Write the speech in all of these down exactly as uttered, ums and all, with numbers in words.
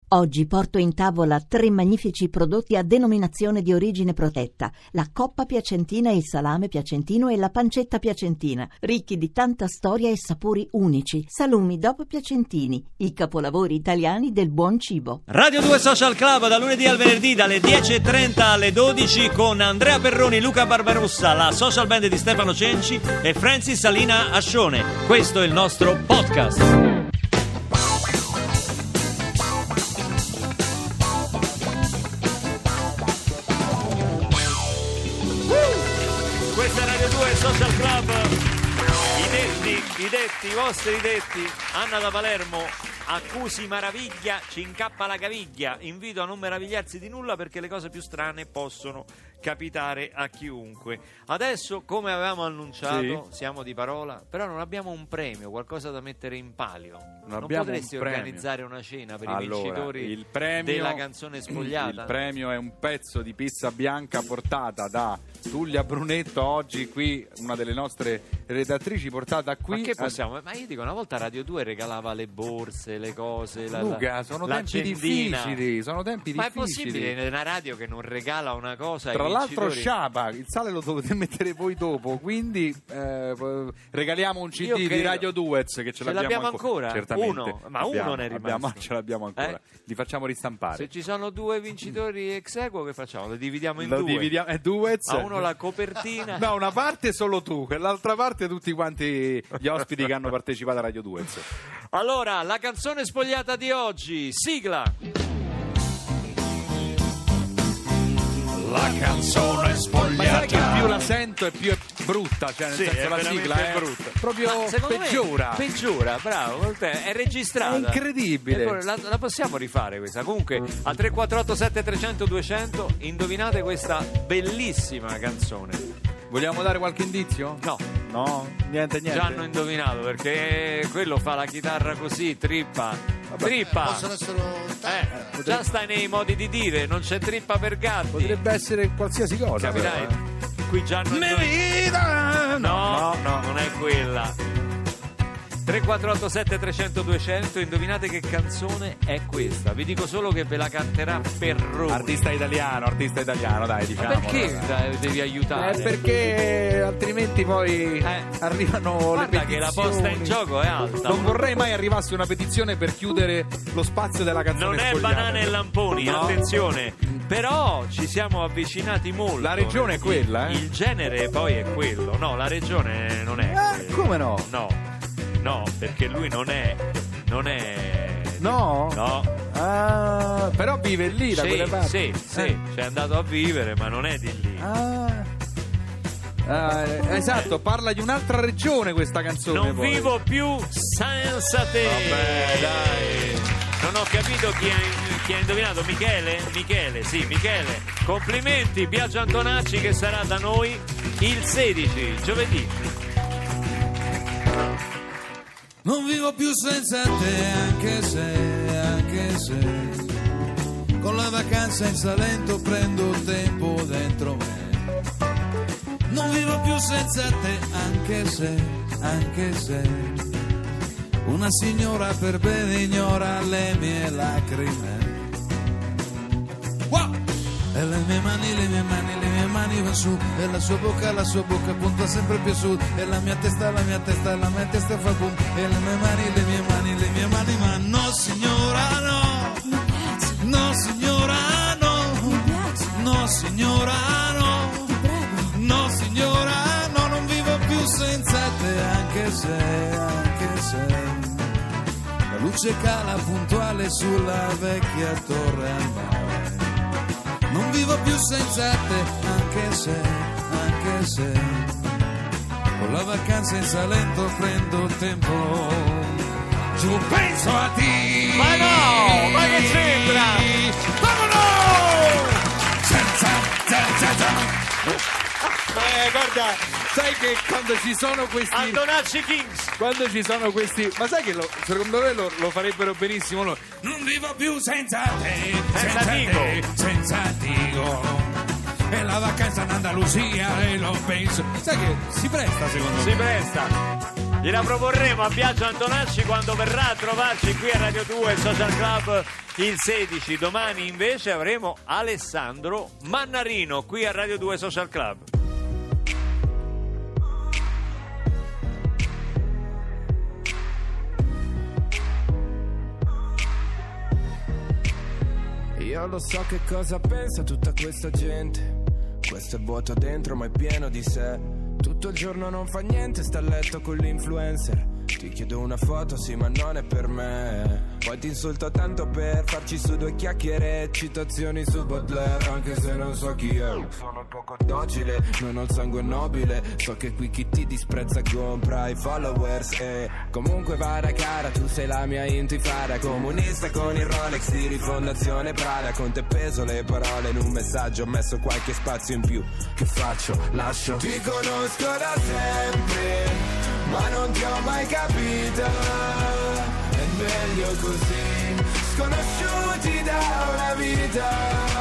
Oggi porto in tavola tre magnifici prodotti a denominazione di origine protetta: la coppa piacentina, il salame piacentino e la pancetta piacentina, ricchi di tanta storia e sapori unici. Salumi dopo piacentini, i capolavori italiani del buon cibo. Radio due Social Club da lunedì al venerdì dalle dieci e trenta alle dodici con Andrea Perroni, Luca Barbarossa, la social band di Stefano Cenci e Francis Salina Ascione. Questo è il nostro podcast. Questa è Radio due Social Club. I detti, i detti, i vostri detti. Anna da Palermo, accusi maraviglia, ci incappa la caviglia. Invito a non meravigliarsi di nulla perché le cose più strane possono capitare a chiunque. Adesso, come avevamo annunciato, sì, siamo di parola, però non abbiamo un premio, qualcosa da mettere in palio. Non, non potresti un organizzare una cena per allora, i vincitori il premio, della canzone spogliata? Il premio è un pezzo di pizza bianca portata da Tullia Brunetto, oggi qui una delle nostre redattrici, portata qui. Ma che possiamo? A... Ma io dico, una volta Radio due regalava le borse, le cose, la, Luca, la, sono tempi difficili, sono tempi ma difficili. Ma è possibile una radio che non regala una cosa? Tra l'altro Sciaba, il sale lo dovete mettere voi dopo, quindi eh, regaliamo un C D di Radio Duez che ce, ce l'abbiamo, l'abbiamo ancora. ancora. Certamente. Uno, ma abbiamo, uno ne è rimasto. Abbiamo, ce l'abbiamo ancora. Eh? Li facciamo ristampare. Se ci sono due vincitori ex equo, che facciamo? Lo dividiamo in lo due. Dividiamo, è Duez. A uno la copertina. No, una parte solo tu, e l'altra parte tutti quanti gli ospiti che hanno partecipato a Radio Duez. Allora, la canzone spogliata di oggi, sigla. La canzone spogliata. Ma sai che più la sento e più è brutta, cioè nel sì, senso la sigla è brutta. Proprio peggiora. Me, peggiora, bravo, è registrata. È incredibile. La, la possiamo rifare questa. Comunque al tre quattro otto sette trecento duecento indovinate questa bellissima canzone. Vogliamo dare qualche indizio? No. No, niente, niente. Già hanno indovinato perché quello fa la chitarra così, trippa. Vabbè. Trippa. Possono essere eh, già stai nei modi di dire, non c'è trippa per gatti. Potrebbe essere qualsiasi cosa. Capirai? Però, eh. Qui già hanno indovinato. No, no, no, non è quella. tre quattro otto sette trecento duecento, indovinate che canzone è questa. Vi dico solo che ve la canterà Perroni. Artista italiano, artista italiano, dai, diciamo. Ma perché dai, devi aiutare? Eh, perché altrimenti poi eh. arrivano Guarda le petizioni. Che la posta in gioco è alta. Non vorrei mai arrivasse una petizione per chiudere lo spazio della canzone non spogliata. Non è banane e lamponi, no. Attenzione. Però ci siamo avvicinati molto. La regione è quella, eh? Il genere poi è quello. No, la regione non è eh, quello. Come no? No. No, perché lui non è non è No? No. Ah, però vive lì da sì, quelle parti. Sì, sì, eh. c'è andato a vivere, ma non è di lì. Ah. Ah, esatto, parla di un'altra regione questa canzone. Non poi. vivo più senza te. Vabbè, dai. Non ho capito chi ha, chi ha indovinato. Michele? Michele, sì, Michele. Complimenti, Biagio Antonacci che sarà da noi il sedici, giovedì. Non vivo più senza te, anche se, anche se con la vacanza in Salento prendo tempo dentro me. Non vivo più senza te, anche se, anche se una signora per bene ignora le mie lacrime. Wow! E le mie mani, le mie mani, le mie mani van su, e la sua bocca, la sua bocca punta sempre più su, e la mia testa, la mia testa, la mia testa fa boom, e le mie mani, le mie mani, le mie mani, ma no signora no, no signora no, no signora no, no signora no, non vivo più senza te, anche se, anche se la luce cala puntuale sulla vecchia torre al mare. Non vivo più senza te, anche se, anche se con la vacanza in Salento prendo tempo. Giù penso a te. Ma no, ma che sembra? Vamonos! Senza, senza, senza. Eh, guarda, sai che quando ci sono questi Antonacci Kings, quando ci sono questi, ma sai che lo, secondo me lo, lo farebbero benissimo loro. Non vivo più senza te, senza, senza te, senza Dio. E la vacanza in Andalusia e lo penso. Sai che si presta secondo si me. presta. Gliela proporremo a Biagio Antonacci quando verrà a trovarci qui a Radio due Social Club il sedici. Domani invece avremo Alessandro Mannarino qui a Radio due Social Club. Io lo so che cosa pensa tutta questa gente. Questo è vuoto dentro ma è pieno di sé. Tutto il giorno non fa niente, sta a letto con l'influencer. Ti chiedo una foto, sì ma non è per me. Poi ti insulto tanto per farci su due chiacchiere. Citazioni su Baudelaire, anche se non so chi è. Sono poco docile, non ho il sangue nobile. So che qui chi ti disprezza compra i followers. E comunque vada cara, tu sei la mia intifada. Comunista con il Rolex di Rifondazione Prada. Con te peso le parole in un messaggio, ho messo qualche spazio in più. Che faccio? Lascio. Ti conosco da sempre, ma non ti ho mai capito. È meglio così, sconosciuti da una vita.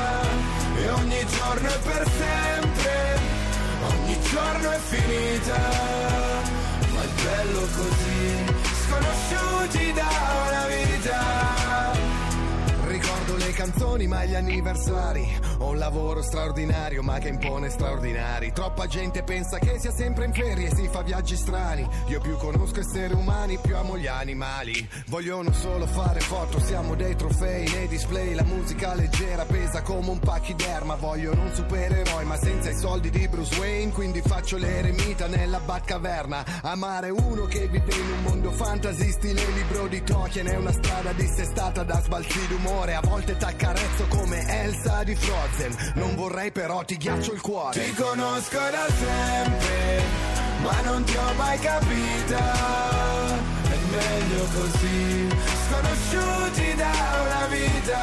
E ogni giorno è per sempre, ogni giorno è finita. Ma è bello così, sconosciuti da una vita. Ricordo le canzoni ma gli anniversari. Ho un lavoro straordinario ma che impone straordinari. Troppa gente pensa che sia sempre in ferie e si fa viaggi strani. Io più conosco esseri umani, più amo gli animali. Vogliono solo fare foto, siamo dei trofei nei display. La musica leggera pesa come un pachiderma. Vogliono un supereroe ma senza i soldi di Bruce Wayne. Quindi faccio l'eremita nella Batcaverna. Amare uno che vive in un mondo fantasy stile libro di Tolkien. È una strada dissestata da sbalzi d'umore. A volte t'accarezzo come Elsa di Frozen. Non vorrei però ti ghiaccio il cuore. Ti conosco da sempre, ma non ti ho mai capita. È meglio così, sconosciuti da una vita.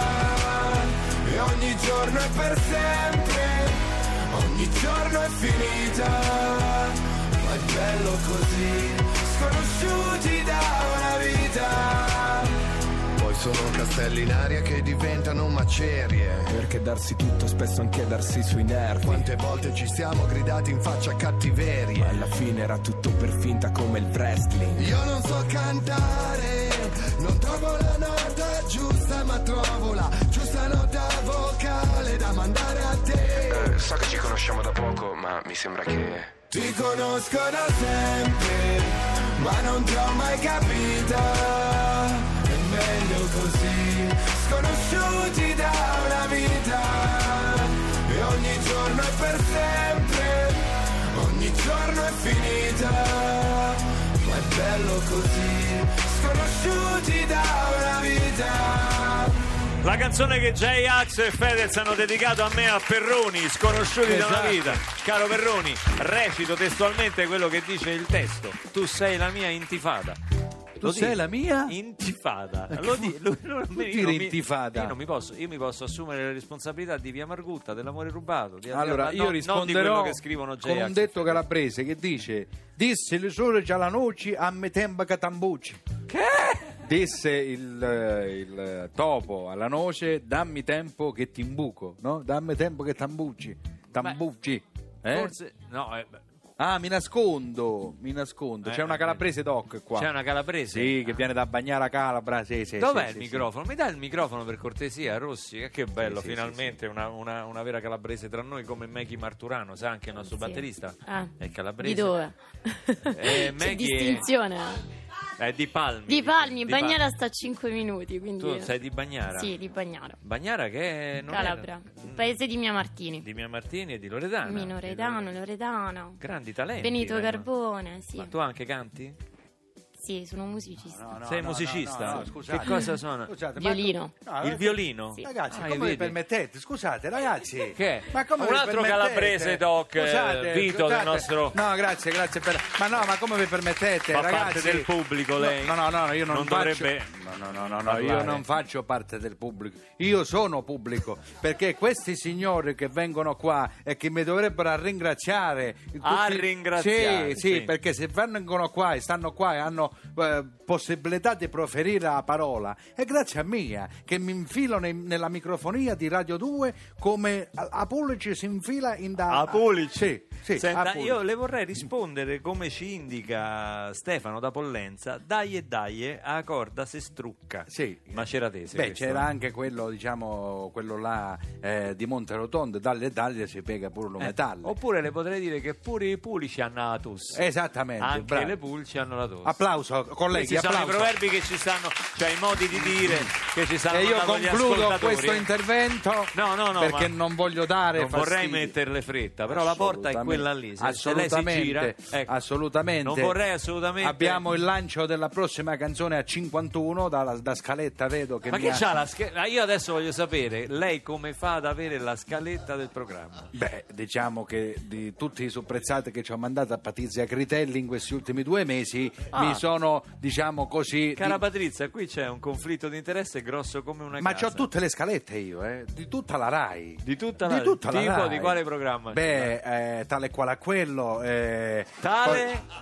E ogni giorno è per sempre, ogni giorno è finita. Ma è bello così, sconosciuti da una vita. Sono castelli in aria che diventano macerie. Perché darsi tutto, spesso anche darsi sui nervi. Quante volte ci siamo gridati in faccia cattiverie. Ma alla fine era tutto per finta come il wrestling. Io non so cantare, non trovo la nota giusta, ma trovo la giusta nota vocale da mandare a te. Eh, so che ci conosciamo da poco, ma mi sembra che... Ti conosco da sempre, ma non ti ho mai capita. Meglio così, sconosciuti da una vita. E ogni giorno è per sempre, ogni giorno è finita. Ma è bello così, sconosciuti da una vita. La canzone che J-Ax e Fedez hanno dedicato a me, a Perroni, sconosciuti esatto. da una vita. Caro Perroni, recito testualmente quello che dice il testo. Tu sei la mia intifada. Tu sei la mia intifada. Lo di, lo, lo, tu dire intifada? Io non mi posso, io mi posso assumere le responsabilità di Via Margutta, dell'amore rubato. Di allora di, io no, risponderò che scrivono con un detto calabrese che dice: disse le sole già la noce a me tempo che tambuci. Che? Disse il, il topo alla noce: dammi tempo che ti imbuco, no? Dammi tempo che tambuci. Tambuci. Eh? Forse no, eh, Ah, mi nascondo, mi nascondo. C'è Eh, una calabrese doc qua. c'è una calabrese? Sì, che Ah. viene da Bagnara Calabra. Sì, sì, Dov'è sì, il sì, microfono? Mi dai il microfono per cortesia, Rossi? Che, che bello, Sì, sì, finalmente Una, una, una vera calabrese tra noi come Maggie Marturano, sa anche il nostro Sì. batterista Ah, è calabrese. di dove? Eh, C'è Maggie è- distinzione. È di Palmi. Di Palmi, Di Bagnara Palmi. sta a cinque minuti, quindi... Tu sei di Bagnara? Sì, di Bagnara. Bagnara che non Calabria, era- il paese di Mia Martini. Di Mia Martini e di Loredana. Mino Loredano, Loredano. Grandi talenti. Benito vengono. Carbone, sì. Ma tu anche canti? Sì, sono musicista. No, no, Sei no, musicista? no, no, no, scusate. Che cosa suona? Scusate, Violino. Ma... no, Il ma- violino? Sì. Ragazzi, Ah, come vedi? vi permettete? Scusate, ragazzi. Che? Ma come Un vi altro permettete? calabrese doc, eh, Scusate, Vito scusate. del nostro... No, grazie, grazie per... Ma no, ma come vi permettete, Fa ragazzi? parte del pubblico, lei? No, no, no, io non, Non faccio... dovrebbe No, no, no, no, no, parlare. io non faccio parte del pubblico. Io sono pubblico, perché questi signori che vengono qua e che mi dovrebbero ringraziare... A tutti- ringraziare, Sì, sì, sì. perché se vengono qua e stanno qua e hanno eh, possibilità di proferire la parola è grazie a mia, che mi infilo nei- nella microfonia di Radio due come a, a Pulici si infila in da... A Pulici? Sì, sì, Senta, a Pulici. io le vorrei rispondere come ci indica Stefano da Pollenza: dai e dai, a corda se strucca. Sì. Maceratese. Beh, questo. c'era anche quello, diciamo, quello là eh, di Monterotondo, dalle dalle si piega pure lo Eh, metallo. Oppure le potrei dire che pure i pulici hanno la tosse. Esattamente, Anche bravo. le pulci hanno la tosse. Applauso, colleghi, Questi sono i applauso. proverbi che ci stanno, cioè i modi di dire che ci stanno E io mandando gli concludo ascoltatori, questo eh. intervento No, no, no, perché ma non voglio dare non vorrei fastidio. metterle fretta, però la porta è quella lì. Se, se lei si Assolutamente, gira, ecco. assolutamente. Non vorrei assolutamente. Abbiamo il lancio della prossima canzone a cinquantuno, da, da scaletta vedo che Ma mi che ha... c'ha la scaletta? Io adesso voglio sapere lei come fa ad avere la scaletta del programma. Beh, diciamo che di tutti i supprezzati che ci ho mandato a Patrizia Critelli in questi ultimi due mesi Ah. mi sono, diciamo così... Cara di- Patrizia, qui c'è un conflitto di interesse grosso come una Ma casa. c'ho tutte le scalette io, eh, di tutta la Rai. Di tutta la- Di tutta la tipo Rai. di quale programma? Beh, eh, tale quale a quello. eh, Tale? poi-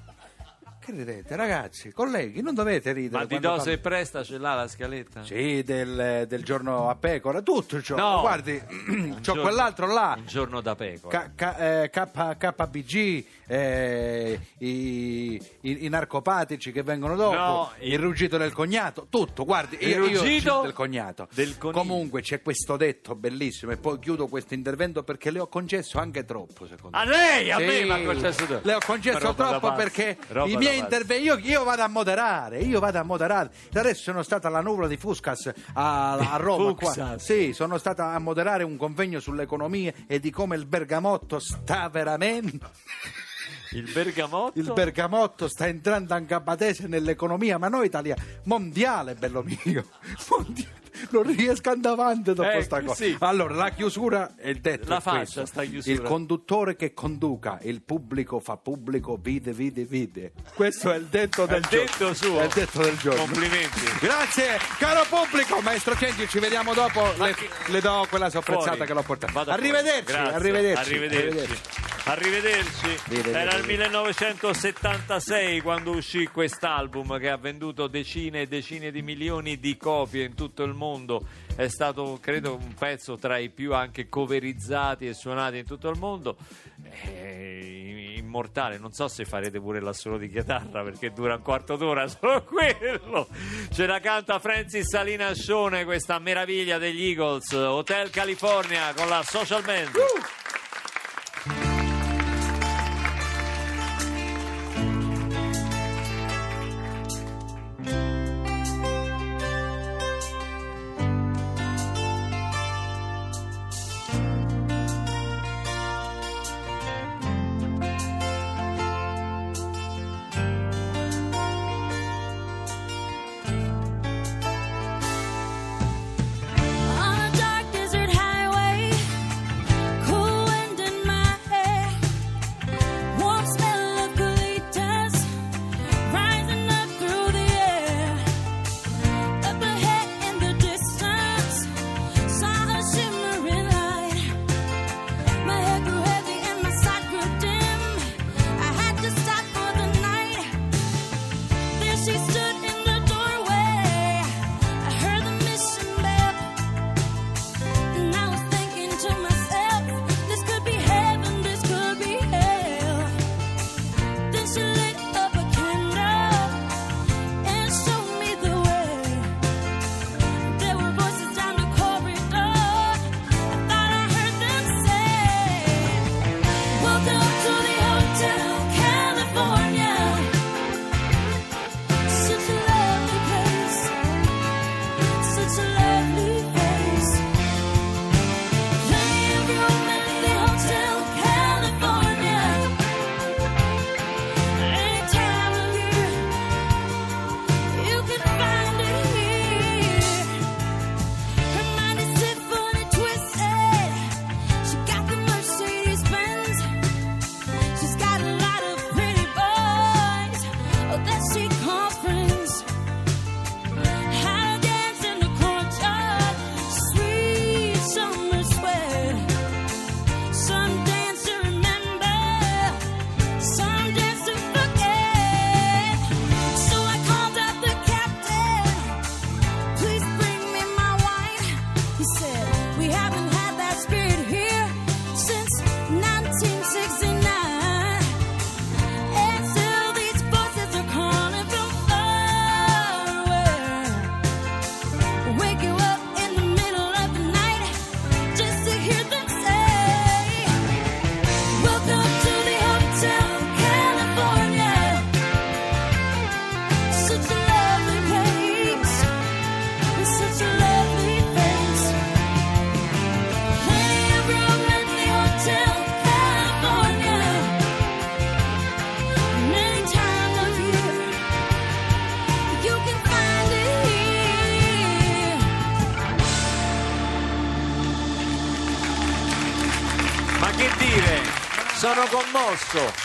Che ridete, ragazzi, colleghi, non dovete ridere. Ma di quando Dose e parlo- Presta ce l'ha la scaletta? Sì, del, del giorno a pecora, tutto ciò. No. Guardi, Un c'ho giorno- quell'altro là. Un giorno da pecora. K, K, eh, K- K B G, eh, i, i, i narcopatici che vengono dopo, No, il, il- ruggito del cognato, tutto, guardi, Il io, io ruggito del cognato. del coniglio. Comunque c'è questo detto bellissimo e poi chiudo questo intervento perché le ho concesso anche troppo, secondo A me. lei, a Sì, me mi ha concesso tu. le ho Ma concesso roba da troppo pazzi, perché roba i da miei pazzi. interventi io, io vado a moderare, io vado a moderare. Adesso sono stata alla nuvola di Fuscas a, a Roma. Qua. Fuxas. Sì, sono stata a moderare un convegno sull'economia e di come il bergamotto sta veramente. Il bergamotto? Il bergamotto sta entrando anche a batese nell'economia, ma noi italiani, mondiale, bello mio, mondiale. Non riesco ad andare avanti dopo Eh, sta cosa. sì. Allora, la chiusura è il detto. La è faccia, questo. sta chiusura. Il conduttore che conduca, il pubblico fa pubblico, vide, vide, vide. Questo è il detto È del il giorno. detto suo. È il detto del giorno. Complimenti. Grazie, caro pubblico. Maestro Cengi, ci vediamo dopo. Le, che- le do quella sorprezzata Fuori. che l'ho portata. Vado fuori. Arrivederci, Grazie. arrivederci. Arrivederci. Arrivederci. Vede, Era vede, il millenovecentosettantasei quando uscì quest'album che ha venduto decine e decine di milioni di copie in tutto il mondo. È stato, credo, un pezzo tra i più anche coverizzati e suonati in tutto il mondo. È immortale. Non so se farete pure l'assolo di chitarra perché dura un quarto d'ora solo quello. Ce la canta Francis Salina Scione, questa meraviglia degli Eagles, Hotel California con la Social Band. On a dark desert highway, cool He said, we haven't had that spirit here since nineteen sixty-nine. And still these voices are calling from far away. Wake you up in the middle of the night just to hear them say, welcome to the Hotel California. Such a lovely place, such a lovely face. Plenty of room in the Hotel California. And any time of year, you can find it here. Ma che dire? Sono commosso.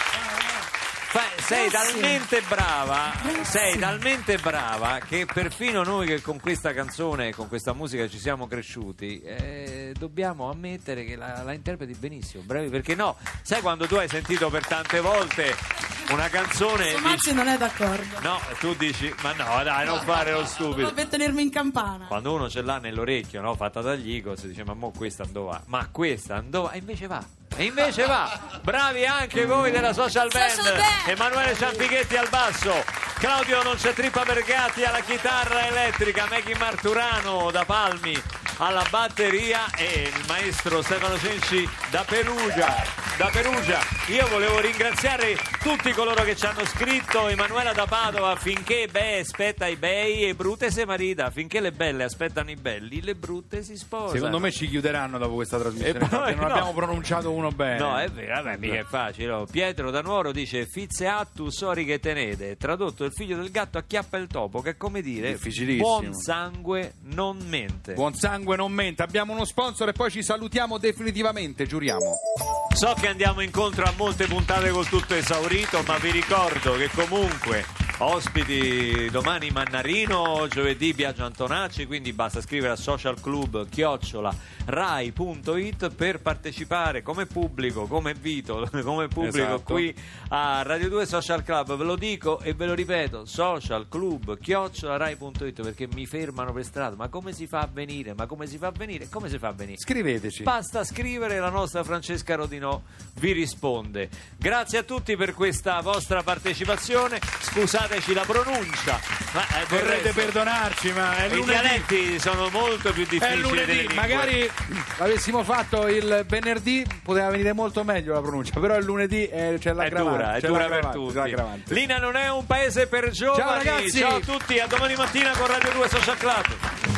Fa- sei talmente brava, sei talmente brava che perfino noi che con questa canzone, con questa musica ci siamo cresciuti, eh, dobbiamo ammettere che la, la interpreti benissimo, bravi, perché no? Sai quando tu hai sentito per tante volte una canzone, Mazzi dici, non è d'accordo. no, tu dici, ma no dai, non fare lo stupido. Per tenermi in campana. Quando uno ce l'ha nell'orecchio, no, fatta dagli Eagles, si dice ma mo questa andò va, ma questa andò va, e invece va. E invece va, bravi anche voi della Social Band. Social Band. Emanuele Ciampighetti al basso, Claudio Non c'è Trippa Bergatti alla chitarra elettrica, Maggie Marturano da Palmi alla batteria e il maestro Stefano Cenci da Perugia. Da Perugia. Io volevo ringraziare tutti coloro che ci hanno scritto. Emanuela da Padova, finché be aspetta i bei e brutte se marita, finché le belle aspettano i belli, le brutte si sposano. Secondo me ci chiuderanno dopo questa trasmissione, E poi perché non no. abbiamo pronunciato uno bene. No, è vero, vabbè, mica è facile. Oh. Pietro da Nuoro dice Fizzeattu sori che tenede, tradotto il figlio del gatto acchiappa il topo, che è come dire Difficilissimo. buon sangue non mente. Buon sangue non mente. Abbiamo uno sponsor e poi ci salutiamo definitivamente, giuriamo. So che andiamo incontro a molte puntate col tutto esaurito, ma vi ricordo che comunque ospiti domani Mannarino, giovedì Biagio Antonacci, quindi basta scrivere a socialclub chiocciola rai punto it per partecipare come pubblico, come Vito, come pubblico Esatto. qui a Radio due Social Club. Ve lo dico e ve lo ripeto, socialclub chiocciola rai punto it, perché mi fermano per strada, ma come si fa a venire? Ma come si fa a venire? Come si fa a venire? Scriveteci. Basta scrivere, la nostra Francesca Rodinò vi risponde. Grazie a tutti per questa vostra partecipazione, scusateci la pronuncia, ma eh, del Vorrete resto, perdonarci, ma è i lunedì. dialetti sono molto più È difficili delle lunedì, lingue. magari l'avessimo fatto il venerdì poteva venire molto meglio la pronuncia, però il lunedì eh, c'è È l'aggravante. dura, è c'è dura per l'aggravante, c'è l'aggravante. tutti. Lina non è un paese per giovani. Ciao, ragazzi. Ciao a tutti, a domani mattina con Radio due Social Club.